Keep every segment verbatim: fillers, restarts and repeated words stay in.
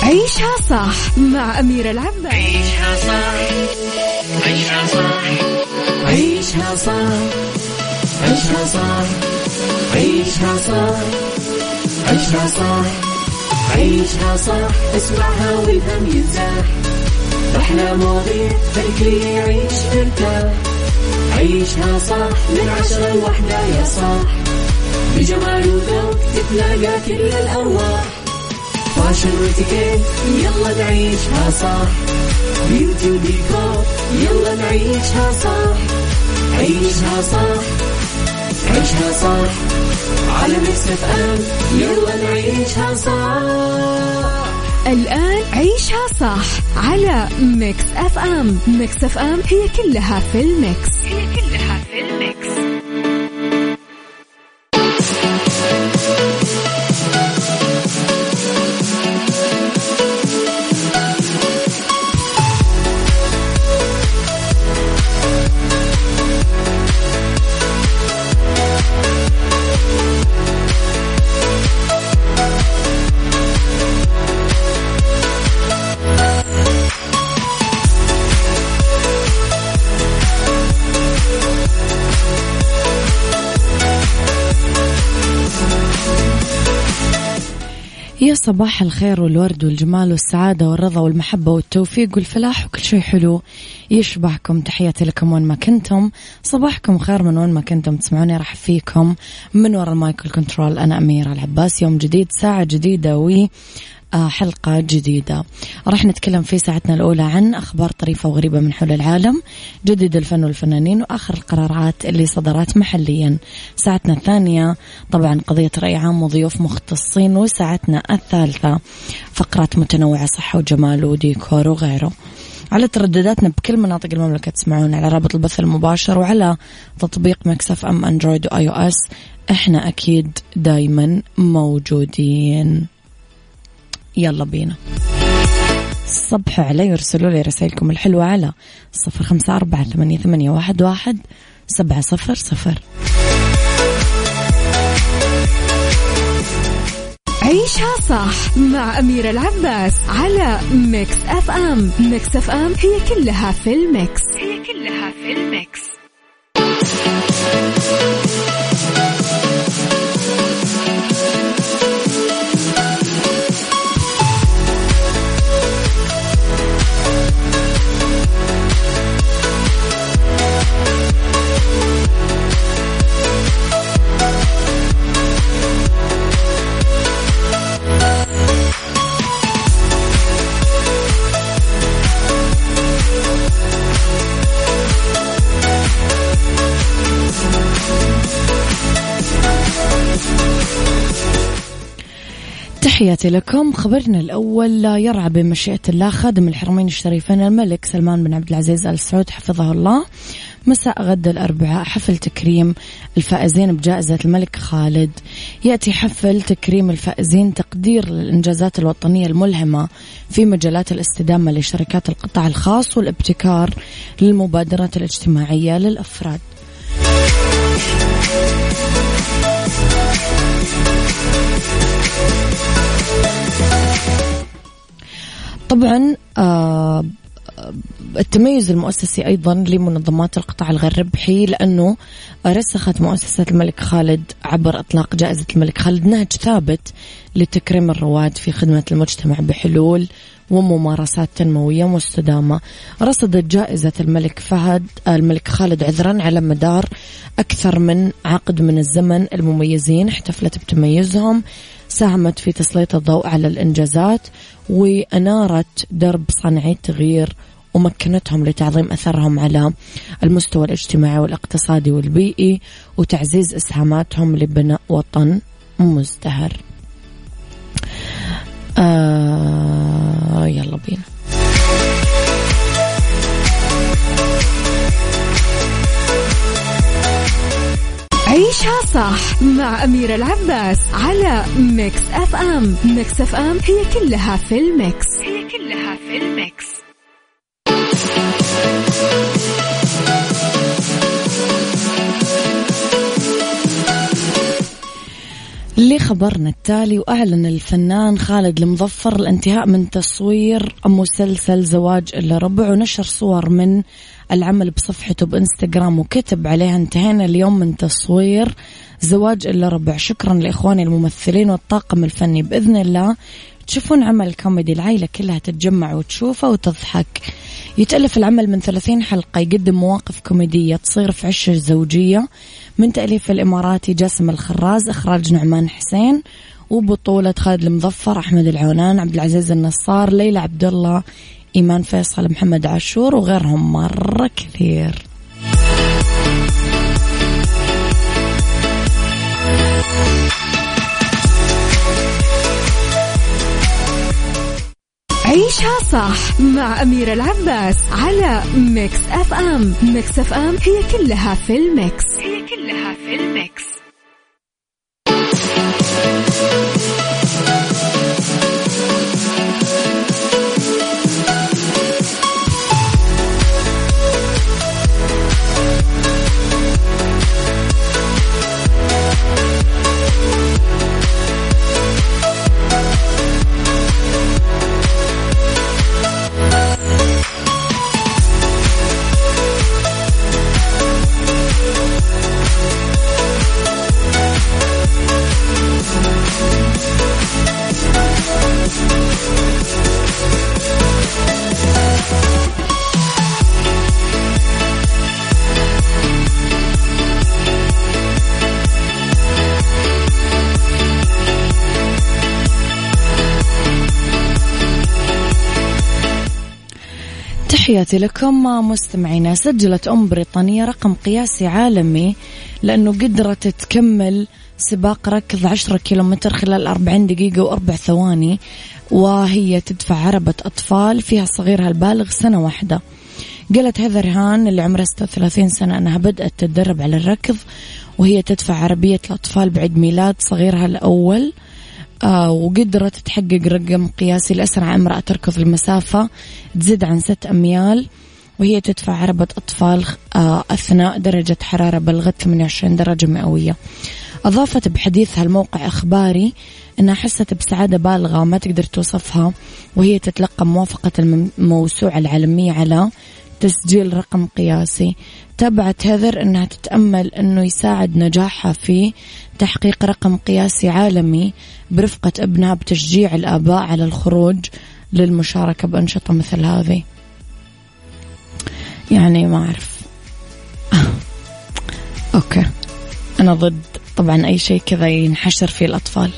عيشها صح مع أميرة العباس. عيشها صح عيشها صح عيشها صح عيشها صح عيشها صح عيشها صح عيشها صح اسمعها والهم ينزاح أحلى مواضيع خليك يعيش مرتاح. عيشها صح من عشرة لوحدة يا صاح بجمال وذوق تتلاقى كل الأرواح. فاشل واتيكيت يلا نعيشها صح بيوتي وديكور يلا نعيشها صح. عيشها صح عيشها صح على ميكس اف ام يلا نعيشها صح. الآن عيشها صح على ميكس اف ام. ميكس اف ام هي كلها في الميكس. هي كلها في الميكس. يا صباح الخير والورد والجمال والسعادة والرضا والمحبة والتوفيق والفلاح وكل شيء حلو يشبهكم. تحياتي لكم وين ما كنتم، صباحكم خير من وين ما كنتم تسمعوني. راح فيكم من وراء المايكل كنترول أنا أميرة العباس. يوم جديد، ساعة جديدة و حلقة جديدة. راح نتكلم في ساعتنا الأولى عن أخبار طريفة وغريبة من حول العالم، جديد الفن والفنانين، وآخر القرارات اللي صدرت محليا. ساعتنا الثانية طبعا قضية رأي عام وضيوف مختصين، وساعتنا الثالثة فقرات متنوعة، صحة وجمال وديكور وغيره. على تردداتنا بكل مناطق المملكة تسمعون على رابط البث المباشر وعلى تطبيق ميكس اف ام اندرويد واي او اس. احنا أكيد دايما موجودين. يلا بينا صبحوا علي ورسلوا لي رسائلكم الحلوة على صفر خمسة أربعة ثمانية ثمانية واحد واحد سبعة صفر صفر. عيشها صح مع أميرة العباس على ميكس اف ام. ميكس اف ام هي كلها في الميكس. هي كلها في الميكس. تحياتي لكم. خبرنا الأول، يرعى بمشيئة الله خادم الحرمين الشريفين الملك سلمان بن عبد العزيز آل سعود حفظه الله مساء غد الأربعاء حفل تكريم الفائزين بجائزة الملك خالد. يأتي حفل تكريم الفائزين تقدير للإنجازات الوطنية الملهمة في مجالات الاستدامة لشركات القطاع الخاص والابتكار للمبادرات الاجتماعية للأفراد. طبعا آه التميز المؤسسي أيضا لمنظمات القطاع الغير ربحي، لأنه رسخت مؤسسة الملك خالد عبر إطلاق جائزة الملك خالد نهج ثابت لتكريم الرواد في خدمة المجتمع بحلول وممارسات تنموية مستدامة. رصدت جائزة الملك فهد الملك خالد عذرا على مدار أكثر من عقد من الزمن المميزين احتفلت بتميزهم، ساهمت في تسليط الضوء على الإنجازات وأنارت درب صانعي التغيير ومكنتهم لتعظيم أثرهم على المستوى الاجتماعي والاقتصادي والبيئي وتعزيز إسهاماتهم لبناء وطن مزدهر. آه يلا بينا. عيشها صح مع أميرة العباس على ميكس اف ام. ميكس اف ام هي كلها في الميكس. هي كلها في الميكس. لخبرنا التالي، وأعلن الفنان خالد المظفر الانتهاء من تصوير مسلسل زواج إلا ربع، ونشر صور من العمل بصفحته بإنستغرام وكتب عليها: انتهينا اليوم من تصوير زواج إلا ربع، شكرا لإخواني الممثلين والطاقم الفني، بإذن الله تشوفون عمل كوميدي العائلة كلها تتجمع وتشوفه وتضحك. يتألف العمل من ثلاثين حلقة، يقدم مواقف كوميدية تصير في عشة زوجية، من تأليف الإماراتي جاسم الخراز، إخراج نعمان حسين، وبطولة خالد المظفر، أحمد العونان، عبد العزيز النصار، ليلى عبد الله، إيمان فيصل، محمد عاشور، وغيرهم مرة كثير. عيشها صح مع أميرة العباس على ميكس أف أم. ميكس أف أم هي كلها في الميكس، هي كلها في الميكس. تحياتي لكم مستمعينا. سجلت أم بريطانية رقم قياسي عالمي لأنه قدرت تكمل سباق ركض عشرة كيلومتر خلال أربعين دقيقة وأربع ثواني، وهي تدفع عربة أطفال فيها صغيرها البالغ سنة واحدة. قالت هيثر هان اللي عمرها ستة وثلاثين سنة أنها بدأت تتدرب على الركض وهي تدفع عربية الأطفال بعيد ميلاد صغيرها الأول، آه وقدرت تحقق رقم قياسي لأسرع امرأة تركض المسافة تزيد عن ست أميال وهي تدفع عربة أطفال آه أثناء درجة حرارة بلغت ثمانية وعشرين درجة مئوية. أضافت بحديثها الموقع إخباري أنها حست بسعادة بالغة ما تقدر توصفها وهي تتلقى موافقة الموسوعة العالمية على تسجيل رقم قياسي. تابعت هيثر أنها تتأمل أنه يساعد نجاحها في تحقيق رقم قياسي عالمي برفقة ابنها بتشجيع الآباء على الخروج للمشاركة بأنشطة مثل هذه. يعني ما أعرف أوكي، أنا ضد طبعا أي شيء كذا ينحشر فيه الأطفال.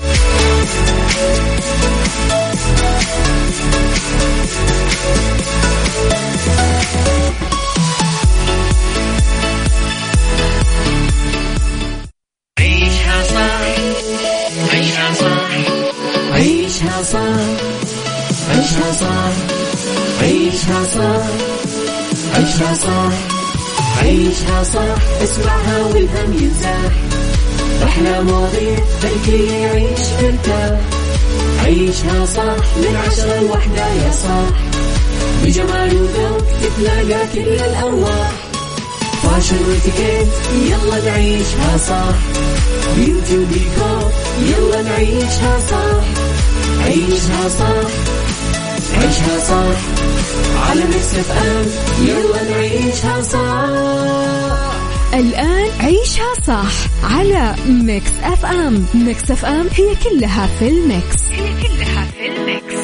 عيشها صح عيشها صح عيشها صح عيشها صح عيشها صح عيشها صح عيشها صح اسمعها والهم ينزاح، أحلى مواضيع خلي يعيش مرتاح. عيشها صح من عشرة لوحدة يا صاح، بجمال وذوق تتلاقى كل الأرواح. فاشل واتيكيت يلا نعيشها صح، بيوتي وديكور يلا نعيشها صح. عيشها صح عيشها صح على ميكس اف ام يلا نعيشها صح. الآن عيشها صح على ميكس أف أم. ميكس أف أم هي كلها في الميكس، هي كلها في الميكس.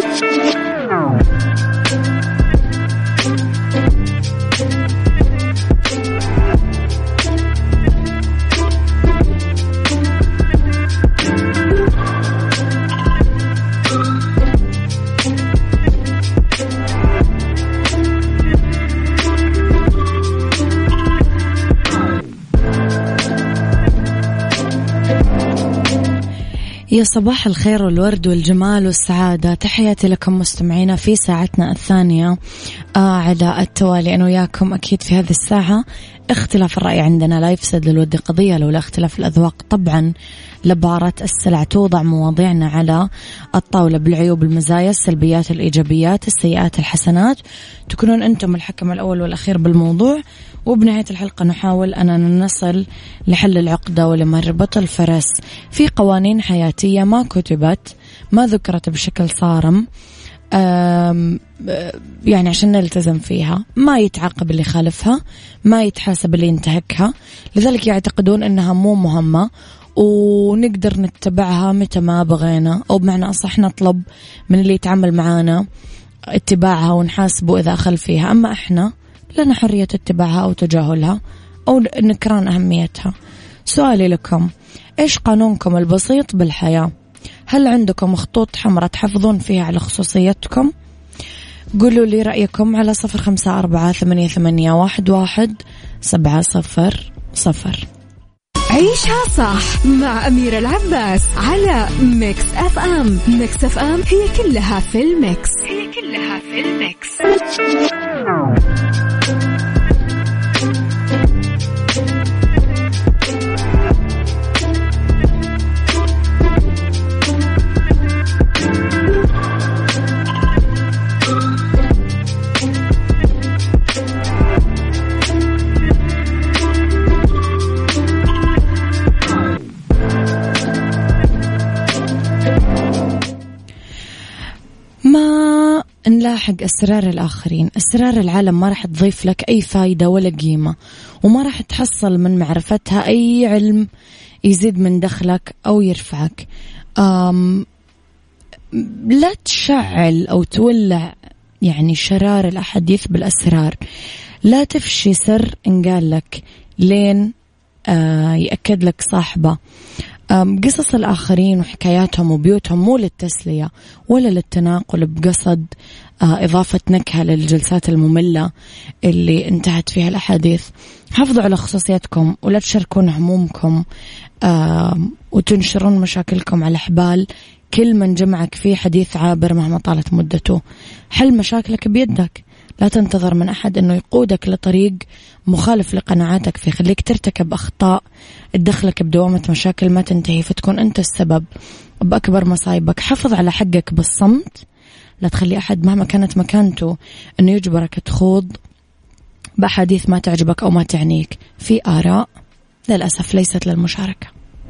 يا صباح الخير والورد والجمال والسعادة، تحياتي لكم مستمعينا في ساعتنا الثانية آه على التوالي. أنا وياكم أكيد في هذه الساعة اختلاف الرأي عندنا لا يفسد للود قضية، لولا اختلاف الأذواق طبعا لبارة السلع. توضع مواضيعنا على الطاولة بالعيوب المزايا السلبيات الإيجابيات السيئات الحسنات. تكونون أنتم الحكم الأول والأخير بالموضوع، وبنهاية الحلقة نحاول أن نصل لحل العقدة ولمربط الفرس. في قوانين حياتية ما كتبت، ما ذكرت بشكل صارم، يعني عشان نلتزم فيها. ما يتعاقب اللي خالفها، ما يتحاسب اللي ينتهكها، لذلك يعتقدون أنها مو مهمة ونقدر نتبعها متى ما بغينا، أو بمعنى أصح نطلب من اللي يتعامل معانا اتباعها ونحاسبه إذا أخل فيها. أما إحنا لنا حرية اتباعها أو تجاهلها أو نكران أهميتها. سؤالي لكم، إيش قانونكم البسيط بالحياة؟ هل عندكم خطوط حمراء تحافظون فيها على خصوصيتكم؟ قولوا لي رأيكم على صفر خمسة أربعة ثمانية ثمانية واحد واحد سبعة صفر صفر. عيشها صح مع أميرة العباس على ميكس أف أم. ميكس أف أم هي كلها في الميكس، هي كلها في الميكس. ما نلاحق أسرار الآخرين، أسرار العالم ما راح تضيف لك أي فايدة ولا قيمة، وما راح تحصل من معرفتها أي علم يزيد من دخلك أو يرفعك. أم لا تشعل أو تولع يعني شرار الأحاديث بالأسرار. لا تفشي سر إن قال لك لين آه يأكد لك صاحبه. قصص الآخرين وحكاياتهم وبيوتهم مو للتسلية ولا للتناقل بقصد إضافة نكهة للجلسات المملة اللي انتهت فيها الأحاديث. حافظوا على خصوصيتكم ولا تشاركون همومكم وتنشرون مشاكلكم على حبال كل من جمعك فيه حديث عابر مهما طالت مدته. حل مشاكلك بيدك، لا تنتظر من أحد أنه يقودك لطريق مخالف لقناعاتك فيه. خليك ترتكب أخطاء تدخلك بدوامة مشاكل ما تنتهي، فتكون أنت السبب بأكبر مصايبك. حافظ على حقك بالصمت، لا تخلي أحد مهما كانت مكانته أنه يجبرك تخوض بأحاديث ما تعجبك أو ما تعنيك. في آراء للأسف ليست للمشاركة.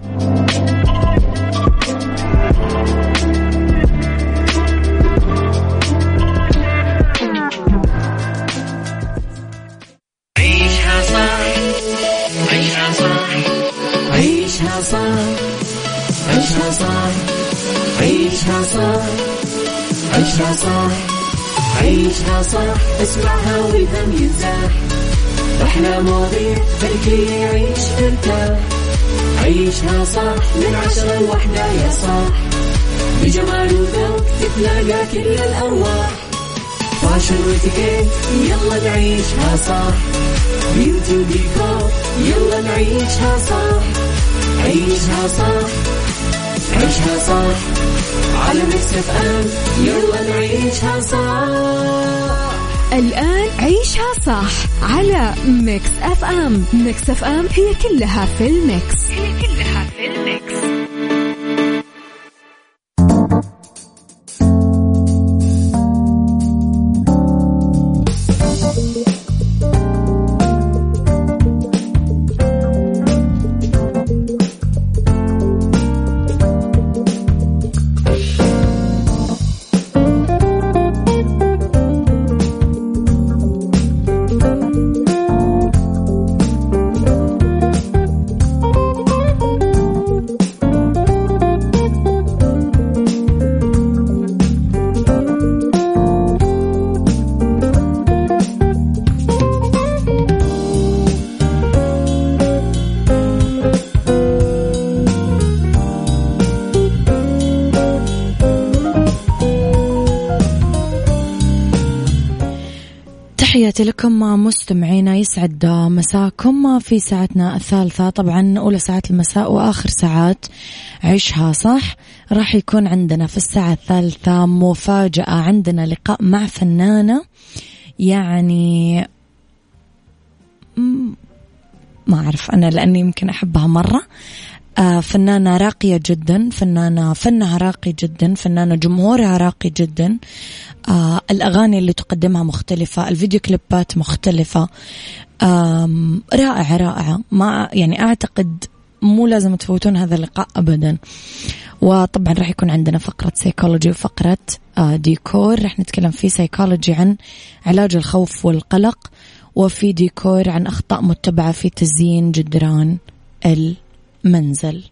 عيشها صح عيشها صح عيشها صح عيشها صح عيشها صح عيشها صح عيشها صح اسمعها والهم ينزاح، أحلى مواضيع خلي يعيش ترتاح. عيشها صح من عشرة لوحدة يا صاح، بجمال وذوق تتلاقى كل الأرواح. فاشل واتيكيت يلا نعيشها صح، بيوتي وديكور يلا نعيشها صح. عيشها صح عيشها صح على ميكس اف ام يلا نعيشها صح. الآن عيشها صح على ميكس أف أم. ميكس أف أم هي كلها في الميكس، هي كلها في الميكس. تحياتي لكم مستمعينا، يسعد مساكم في ساعتنا الثالثة. طبعا أولى ساعات المساء وآخر ساعات عيشها صح. راح يكون عندنا في الساعة الثالثة مفاجأة، عندنا لقاء مع فنانة يعني ما أعرف أنا لأني يمكن أحبها مرة. فنانة راقية جدا، فنانة فنها راقي جدا، فنانة جمهورها راقي جدا. آه الأغاني اللي تقدمها مختلفة، الفيديو كليبات مختلفة، رائعة رائعة. ما يعني أعتقد مو لازم تفوتون هذا اللقاء أبدا. وطبعا راح يكون عندنا فقرة سيكولوجي وفقرة آه ديكور، راح نتكلم في سيكولوجي عن علاج الخوف والقلق، وفي ديكور عن أخطاء متبعة في تزيين جدران المنزل.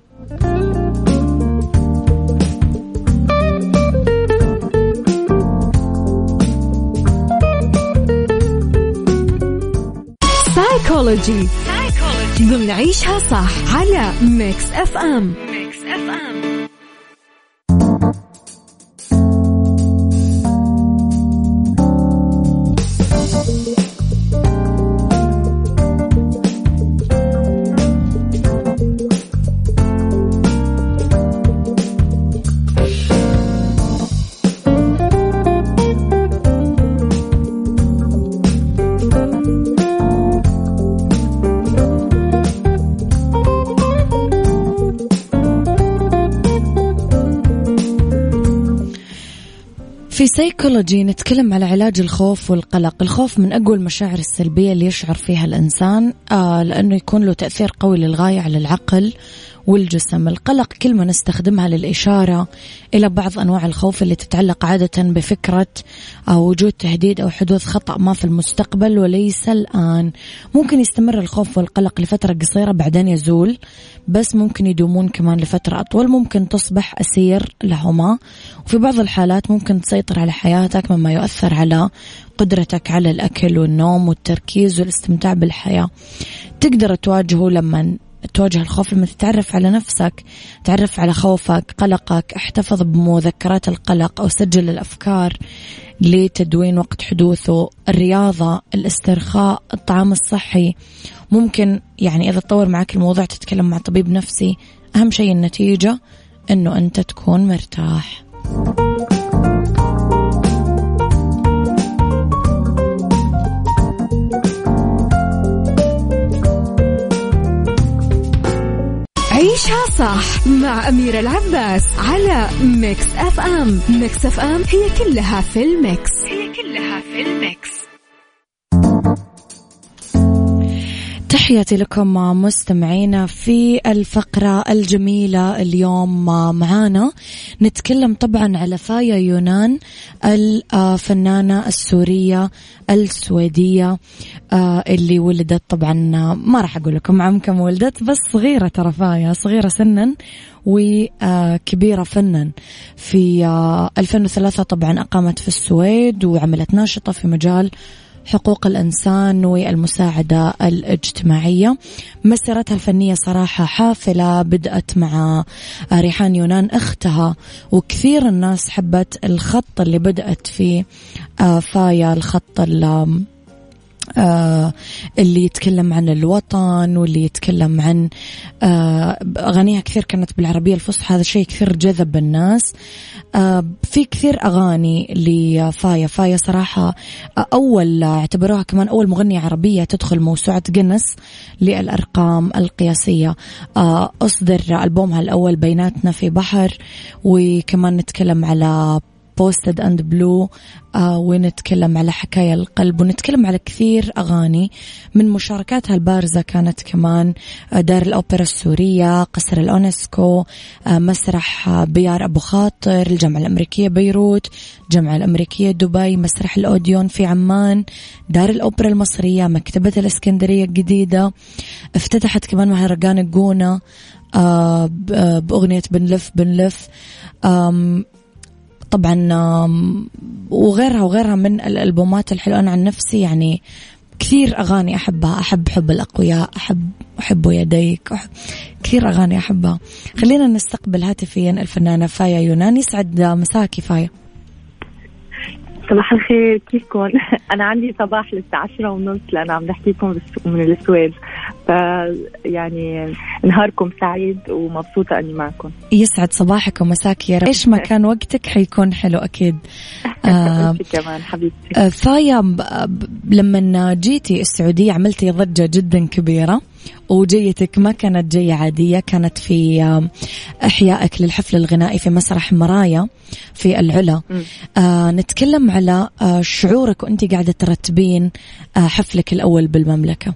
سايكولوجي ضمن عيشها صح على ميكس اف ام. ميكس اف ام. في سيكولوجي نتكلم على علاج الخوف والقلق. الخوف من أقوى المشاعر السلبية اللي يشعر فيها الإنسان، آه لأنه يكون له تأثير قوي للغاية على العقل والجسم. القلق كلمة نستخدمها للإشارة إلى بعض أنواع الخوف اللي تتعلق عادة بفكرة أو وجود تهديد أو حدوث خطأ ما في المستقبل وليس الآن. ممكن يستمر الخوف والقلق لفترة قصيرة بعدين يزول، بس ممكن يدومون كمان لفترة أطول، ممكن تصبح أسير لهما، وفي بعض الحالات ممكن تسيطر على حياتك مما يؤثر على قدرتك على الأكل والنوم والتركيز والاستمتاع بالحياة. تقدر تواجهه لما تواجه الخوف لما تتعرف على نفسك، تعرف على خوفك، قلقك، احتفظ بمذكرات القلق أو سجل الأفكار لتدوين وقت حدوثه. الرياضة، الاسترخاء، الطعام الصحي. ممكن يعني إذا تطور معك الموضوع تتكلم مع طبيب نفسي. أهم شيء النتيجة إنه أنت تكون مرتاح. عيشها صح مع أميرة العباس على ميكس أف أم. ميكس أف أم هي كلها في الميكس. هي كلها في الميكس. تحياتي لكم مستمعينا في الفقرة الجميلة. اليوم معانا نتكلم طبعا على فايا يونان، الفنانة السورية السويدية اللي ولدت، طبعا ما راح أقول لكم عم كم ولدت، بس صغيرة ترى، فايا صغيرة سنا وكبيرة فنا. في ألفين وثلاثة طبعا أقامت في السويد وعملت ناشطة في مجال حقوق الإنسان والمساعدة الاجتماعية. مسيرتها الفنية صراحة حافلة، بدأت مع ريحان يونان أختها، وكثير الناس حبت الخط اللي بدأت فيه فايا، الخط اللي آه اللي يتكلم عن الوطن واللي يتكلم عن آه أغانيها كثير كانت بالعربية الفصحى. هذا الشيء كثير جذب الناس. آه في كثير أغاني لفايا. فايا صراحة أول اعتبروها كمان أول مغنية عربية تدخل موسوعة جينيس للأرقام القياسية. آه أصدر ألبومها الأول بيناتنا في بحر، وكمان نتكلم على بوستد أند بلو، آه ونتكلم على حكاية القلب، ونتكلم على كثير أغاني. من مشاركاتها البارزة كانت كمان دار الأوبرا السورية، قصر الأونسكو، آه مسرح بيار أبو خاطر، الجامعة الأمريكية بيروت، الجامعة الأمريكية دبي، مسرح الأوديون في عمان، دار الأوبرا المصرية، مكتبة الإسكندرية الجديدة. افتتحت كمان مهرجان الجونة آه بأغنية بنلف بنلف. آم طبعا وغيرها وغيرها من الألبومات الحلوة. أنا عن نفسي يعني كثير أغاني أحبها. أحب حب الأقوياء، أحب أحب يديك، أحب كثير أغاني أحبها. خلينا نستقبل هاتفيا الفنانة فايا يونان. يسعد مساكي فايا. صباح الخير، كيفكم؟ أنا عندي صباح لسه عشرة ونص لأن عم نحكيكم من السويد. فيعني نهاركم سعيد ومبسوطة أني معكم. يسعد صباحك ومساك يا رب. إيش ما كان وقتك حيكون حلو أكيد. آه كمان حبيبتي. آه فايا لما جيتي السعودية عملتي ضجة جدا كبيرة، وجيتك ما كانت جية عادية، كانت في إحيائك للحفل الغنائي في مسرح مرايا في العلا. آه نتكلم على آه شعورك وأنت قاعدة ترتبين آه حفلك الأول بالمملكة.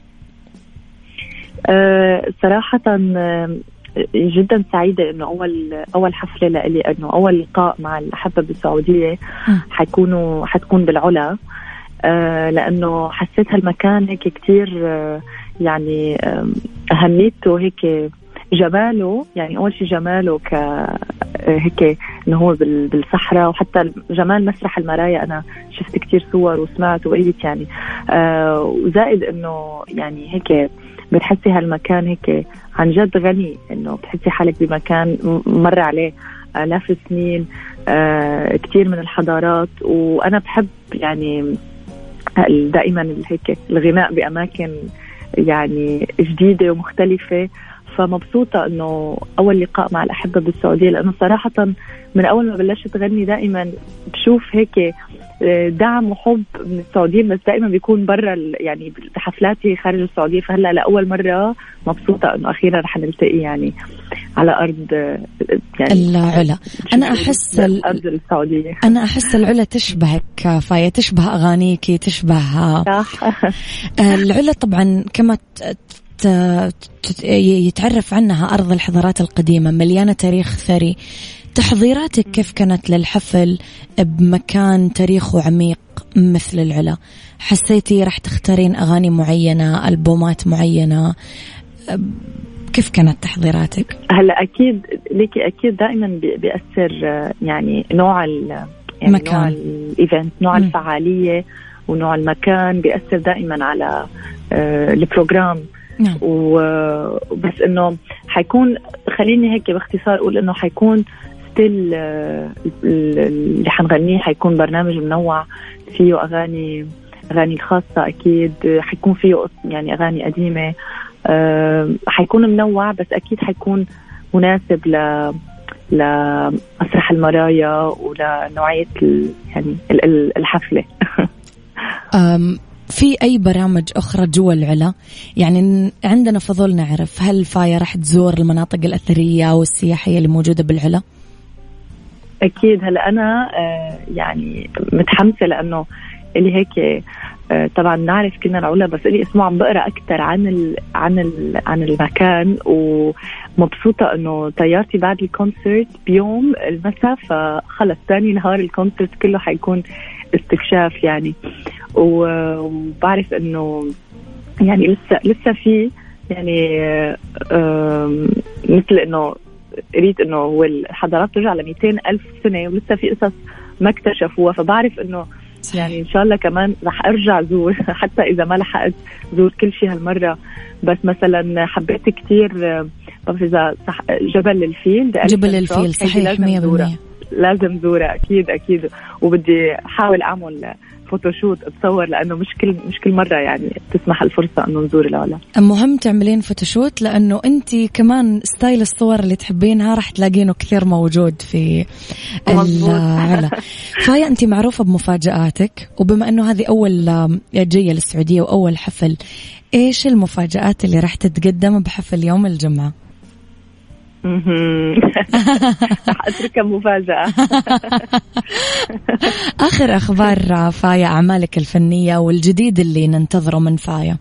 أه صراحة جدا سعيدة إنه أول أول حفلة لإلي، إنه أول لقاء مع الأحبة بالسعودية حيكونوا حتكون بالعلا. أه لأنه حسيت هالمكان هيك كتير أه يعني أهميته هيك جماله، يعني أول شيء جماله ك هيك إنه هو بالصحراء، وحتى جمال مسرح المرايا أنا شفت كتير صور وسمعت وقريت يعني. أه وزائد إنه يعني هيك بتحسي هالمكان هيك عن جد غني، إنه بتحسي حالك بمكان مر عليه آلاف السنين، آه كتير من الحضارات. وأنا بحب يعني دائما هيك الغناء بأماكن يعني جديدة ومختلفة. فمبسوطة إنه أول لقاء مع الأحبة بالسعودية، لأنه صراحة من أول ما بلشت غني دائما بشوف هيك دعم وحب من السعوديين، بس دائما بيكون برا يعني بحفلاتي خارج السعودية. فهلا لأول مرة مبسوطة إنه أخيرا رح نلتقي يعني على أرض يعني العلا. أنا أحس الأرض السعودية، أنا أحس العلا تشبهك فايا، تشبه أغانيكي، تشبه العلا طبعا كما يتعرف عنها أرض الحضارات القديمة، مليانة تاريخ ثري. تحضيراتك كيف كانت للحفل بمكان تاريخه عميق مثل العلا؟ حسيتي رح تختارين أغاني معينة، ألبومات معينة؟ كيف كانت تحضيراتك؟ هلا أكيد ليكي أكيد دائما بيأثر يعني نوع يعني مكان. نوع الإيفنت، نوع م. الفعالية ونوع المكان بيأثر دائما على البروجرام. نعم. وبس إنه حيكون، خليني هيك باختصار أقول إنه حيكون ستيل اللي حنغنيه حيكون برنامج منوع، فيه أغاني أغاني خاصة أكيد، حيكون فيه يعني أغاني قديمة، أه حيكون منوع، بس أكيد حيكون مناسب ل لمسرح المرايا ولنوعية يعني الحفلة. في أي برامج أخرى جوا العلا؟ يعني عندنا فضول نعرف، هل فايا رح تزور المناطق الأثرية والسياحية اللي موجودة بالعلا؟ أكيد. هلا أنا يعني متحمسة لأنه اللي هيك طبعا نعرف كنا العلا، بس اللي اسمه عم بقرأ أكتر عن ال عن ال عن المكان، ومبسوطة إنه طيارتي بعد الكونسرت بيوم المساء، فخلص ثاني نهار الكونسرت كله حيكون استكشاف يعني. وبعرف إنه يعني لسه لسه في يعني مثل إنه قريت إنه هو الحضارات ترجع لمئتين ألف سنة ولسه في قصص ما اكتشفوها. فبعرف إنه يعني إن شاء الله كمان رح أرجع زور حتى إذا ما لحقت زور كل شيء هالمرة. بس مثلا حبيت كتير بعرف إذا جبل الفيل، جبل الفيل صحيح مية بالمية لازم زورها أكيد أكيد. وبدي أحاول أعمل فوتوشوت اتصور، لأنه مش كل مش كل مرة يعني تسمح الفرصة إنه نزور العلا. مهم تعملين فوتوشوت، لأنه أنتي كمان ستايل الصور اللي تحبينها راح تلاقينه كثير موجود في العلا. فايا أنتي معروفة بمفاجآتك، وبما أنه هذه أول جية للسعودية وأول حفل، إيش المفاجآت اللي راح تتقدم بحفل يوم الجمعة؟ راح أترك مفاجأة. آخر أخبار فايا، أعمالك الفنية والجديد اللي ننتظره من فايا.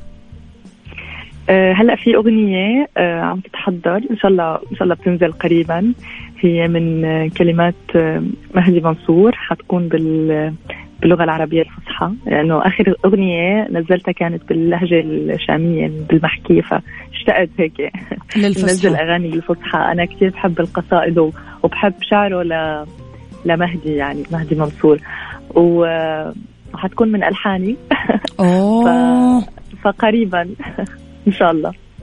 أه هلأ في أغنية أه عم تتحضر، إن شاء الله إن شاء الله بتنزل قريبا. هي من كلمات مهدي منصور، حتكون بال باللغة العربية الفصحى، لأنه يعني آخر أغنية نزلتها كانت باللهجة الشامية بالمحكية، فاشتقت هيك نزل أغاني بالفصحى. أنا كتير بحب القصائد وبحب شعره ل... لمهدي يعني مهدي منصور، وحتكون من ألحاني. ف... فقريبا إن شاء الله.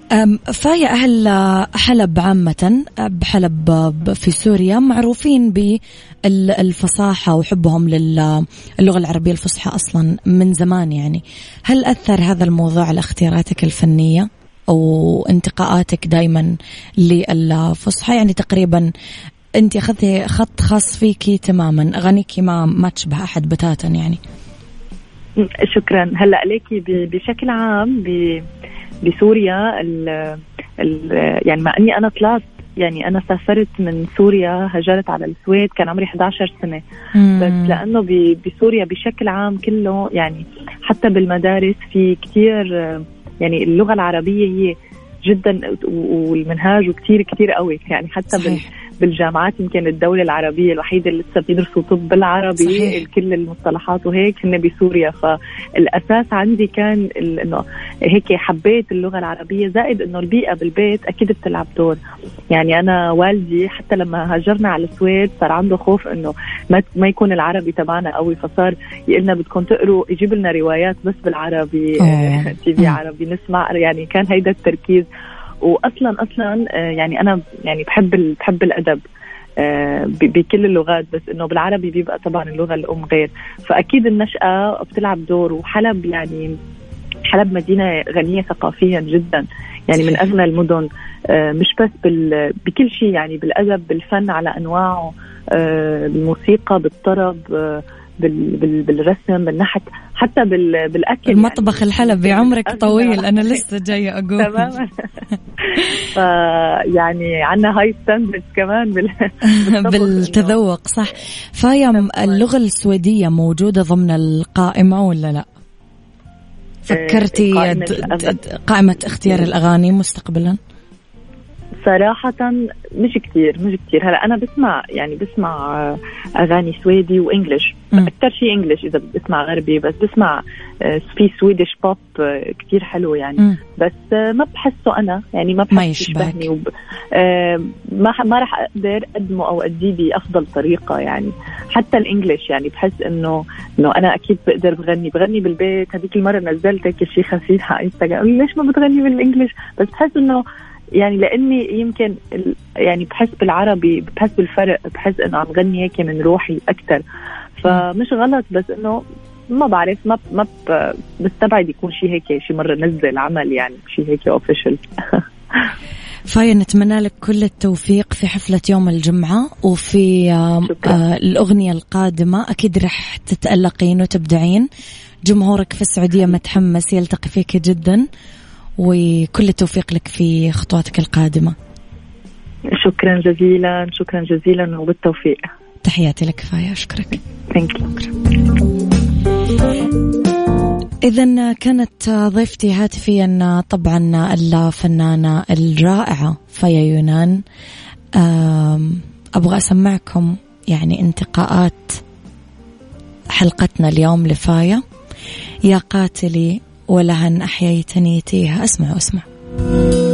فايا أهل حلب عامة، بحلب في سوريا معروفين بالفصاحة وحبهم للغة العربية الفصحى أصلا من زمان يعني. هل أثر هذا الموضوع على اختياراتك الفنية أو انتقاءاتك دايما للفصحى؟ يعني تقريبا أنت أخذتي خط خاص فيكي تماما، أغانيكي ما ما تشبه أحد بتاتا يعني. شكرا. هلأ عليكي بشكل عام ب بسوريا ال ال يعني مع اني انا طلعت يعني انا سافرت من سوريا، هجرت على السويد كان عمري إحدى عشرة سنة. مم. بس لانه بسوريا بشكل عام كله يعني حتى بالمدارس في كتير يعني اللغة العربية هي جدا والمنهاج كتير كتير قوي يعني. حتى صحيح. بالجامعات يمكن الدولة العربية الوحيدة اللي لسه بيدرسوا طب بالعربي، صحيح. كل المصطلحات وهيك هن بسوريا. فالأساس عندي كان إنه هيك حبيت اللغة العربية، زائد إنه البيئة بالبيت أكيد بتلعب دور. يعني أنا والدي حتى لما هاجرنا على السويد صار عنده خوف إنه ما ما يكون العربي تبعنا قوي، فصار يقولنا بدكم تقروا، يجيب لنا روايات بس بالعربي، تي في عربي نسمع. يعني كان هيدا التركيز. واصلا اصلا يعني انا يعني بحب بحب الادب بكل اللغات، بس انه بالعربي بيبقى طبعا اللغه الام غير. فاكيد النشأة بتلعب دور. وحلب يعني حلب مدينه غنيه ثقافيا جدا يعني، من اغنى المدن، مش بس بكل شيء يعني، بالادب بالفن على انواعه، بالموسيقى بالطرب بال بال بالرسم بالنحت، حتى بال بالاكل. المطبخ يعني الحلبي عمرك طويل، انا لسه جايه اقول تماما. فيعني عندنا هاي ستاندردز كمان بال بالتذوق. صح. فايا اللغه السويديه موجوده ضمن القائمه ولا لا؟ فكرتي قائمة, قائمة اختيار الأغاني مستقبلا؟ صراحة مش كتير مش كتير. هلا أنا بسمع يعني بسمع أغاني سويدي وإنجليش، أكتر شيء إنجليش إذا بسمع غربي، بس بسمع في سويدش بوب كتير حلو يعني. م. بس ما بحسه أنا يعني، ما بحس يشبهني وب... ما ما راح أقدر أقدمه أو أديه بأفضل طريقة يعني. حتى الإنجليش يعني بحس إنه إنه أنا أكيد بقدر بغني بغني بالبيت. هذيك المرة نزلت هيك شيء خفيف على إنستغرام، ليش ما بتغني بالإنجليش؟ بس بحس إنه يعني لأني يمكن يعني بحس بالعربي، بحس بالفرق، بحس إنه عم غني هيك من روحي أكتر. فمش غلط، بس إنه ما بعرف، ما ما بستبعد يكون شيء هيك شيء مرة نزل عمل يعني شيء هيك أوفيشل. فايا نتمنى لك كل التوفيق في حفلة يوم الجمعة وفي آه الأغنية القادمة. أكيد رح تتألقين وتبدعين. جمهورك في السعودية متحمس يلتقي فيك جدا، وكل التوفيق لك في خطواتك القادمة. شكرا جزيلا شكرا جزيلا وبالتوفيق. تحياتي لك فايا. أشكرك. Thank you. إذن كانت ضيفتي هاتفيا طبعا الفنانة الرائعة فايا يونان. أبغى أسمعكم يعني انتقاءات حلقتنا اليوم لفايا. يا قاتلي ولهن أحييتني تيها. اسمعوا اسمعوا.